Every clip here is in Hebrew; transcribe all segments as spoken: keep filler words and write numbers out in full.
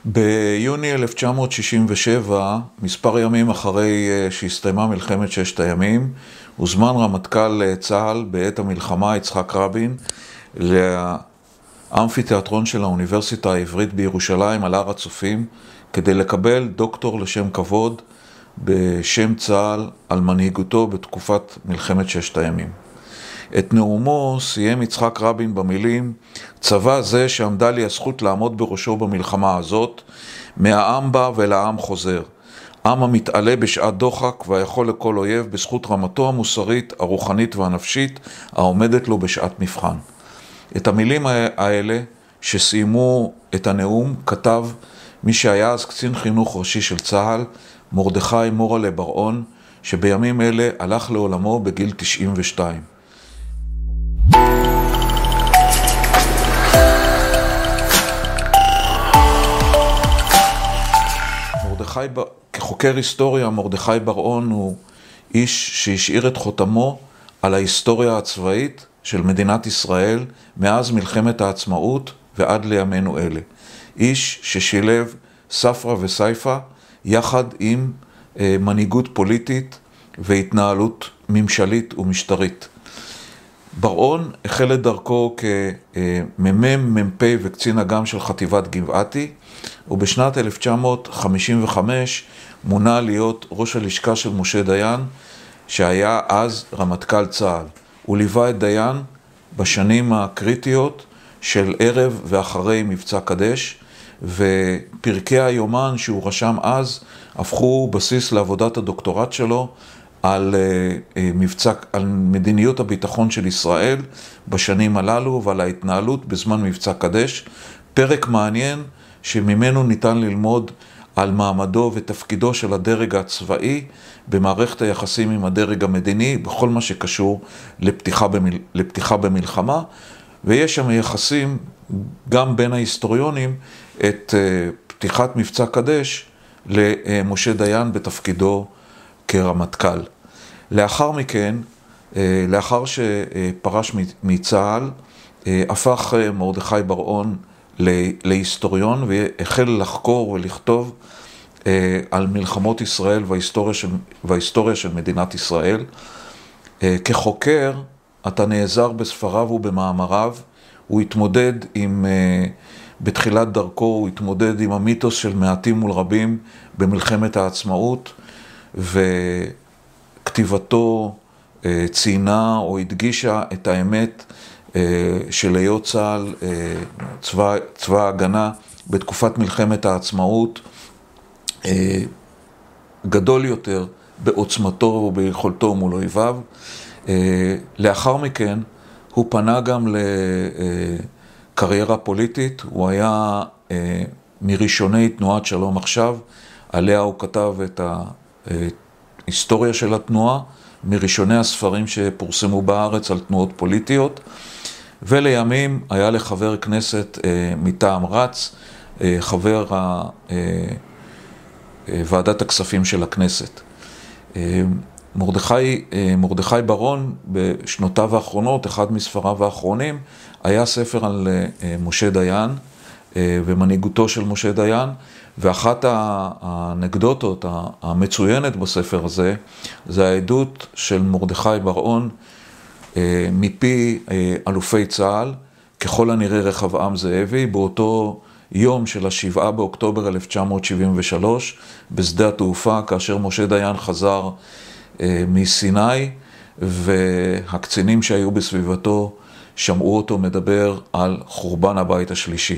ביוני אלף תשע מאות שישים ושבע, מספר ימים אחרי שהסתיימה מלחמת ששת הימים, הוזמן רמטכ"ל צה"ל בעת המלחמה יצחק רבין לאמפיתיאטרון של האוניברסיטה העברית בירושלים על הר הצופים כדי לקבל דוקטור לשם כבוד בשם צה"ל על מנהיגותו בתקופת מלחמת ששת הימים. את נאומו סיים יצחק רבין במילים: צבא זה שעמדה לי הזכות לעמוד בראשו במלחמה הזאת, מהעם בא ולעם חוזר. עם המתעלה בשעת דוחק והיכול לכל אויב בזכות רמתו המוסרית, הרוחנית והנפשית העומדת לו בשעת מבחן. את המילים האלה שסיימו את הנאום כתב מי שהיה אז קצין חינוך ראשי של צה"ל, מרדכי מורלה בר-און, שבימים אלה הלך לעולמו בגיל תשעים ושתיים. מרדכי, כחוקר היסטוריה, מרדכי בר-און הוא איש שהשאיר את חותמו על ההיסטוריה הצבאית של מדינת ישראל מאז מלחמת העצמאות ועד לימינו אלה. איש ששילב ספרא וסייפא יחד עם אה, מנהיגות פוליטית והתנהלות ממשלית ומשטרית. בר-און החל את דרכו כמ"מ מ"פ וקצין אג"ם של חטיבת גבעתי, ובשנת אלף תשע מאות חמישים וחמש מונה להיות ראש הלשכה של משה דיין, שהיה אז רמטכ"ל צה"ל. הוא ליווה את דיין בשנים הקריטיות של ערב ואחרי מבצע קדש, ופרקי היומן שהוא רשם אז הפכו בסיס לעבודת הדוקטורט שלו על מבצע, על מדיניות הביטחון של ישראל בשנים הללו ועל ההתנהלות בזמן מבצע קדש. פרק מעניין שממנו ניתן ללמוד על מעמדו ותפקידו של הדרג הצבאי במערכת היחסים עם הדרג המדיני בכל מה שקשור לפתיחה, במל... לפתיחה במלחמה, ויש שם יחסים גם בין ההיסטוריונים את פתיחת מבצע קדש למשה דיין בתפקידו כרמטכ"ל. לאחר מכן, לאחר שפרש מצה"ל, הפך מרדכי בר-און להיסטוריון והחל לחקור ולכתוב על מלחמות ישראל וההיסטוריה של, וההיסטוריה של מדינת ישראל. כחוקר, אתה נעזר בספריו ובמאמריו. הוא התמודד עם, בתחילת דרכו, הוא התמודד עם המיתוס של מעטים מול רבים במלחמת העצמאות, וכתיבתו ציינה או הדגישה את האמת של היות צה"ל, צבא, צבא ההגנה בתקופת מלחמת העצמאות, גדול יותר בעוצמתו וביכולתו מול אויביו. לאחר מכן הוא פנה גם לקריירה פוליטית. הוא היה מראשוני תנועת שלום עכשיו, עליה הוא כתב את ההיסטוריה של התנועה, מראשוני הספרים שפורסמו בארץ על תנועות פוליטיות, ולימים היה לחבר כנסת מטעם רץ, חבר ועדת הכספים של הכנסת. מרדכי, מרדכי בר-און בשנותיו האחרונות, אחד מספריו האחרונים, היה ספר על משה דיין ומנהיגותו של משה דיין, ואחת האנקדוטות המצוינת בספר הזה, זה העדות של מרדכי בר-און מפי אלופי צה"ל, ככל הנראה רחבעם זאבי, באותו יום של השבעה באוקטובר אלף תשע מאות שבעים ושלוש, בשדה התעופה, כאשר משה דיין חזר מסיני, והקצינים שהיו בסביבתו שמעו אותו מדבר על חורבן הבית השלישי.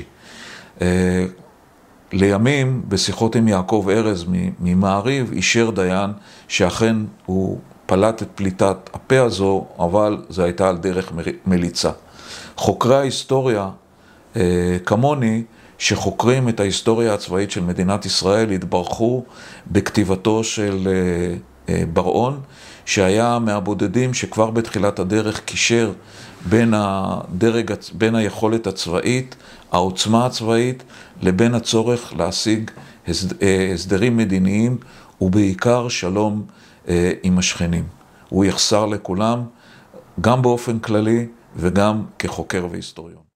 לימים, בשיחות עם יעקב ארז ממעריב, אישר דיין שאכן הוא פלט את פליטת הפה הזו, אבל זה הייתה על דרך מליצה. חוקרי ההיסטוריה, כמוני, שחוקרים את ההיסטוריה הצבאית של מדינת ישראל, התברכו בכתיבתו של בר-און, שהיה מהבודדים שכבר בתחילת הדרך קישר בין הדרג, בין היכולת הצבאית, העוצמה הצבאית, לבין הצורך להשיג הסדרים מדיניים, ובעיקר שלום עם השכנים. הוא יחסר לכולם, גם באופן כללי וגם כחוקר והיסטוריון.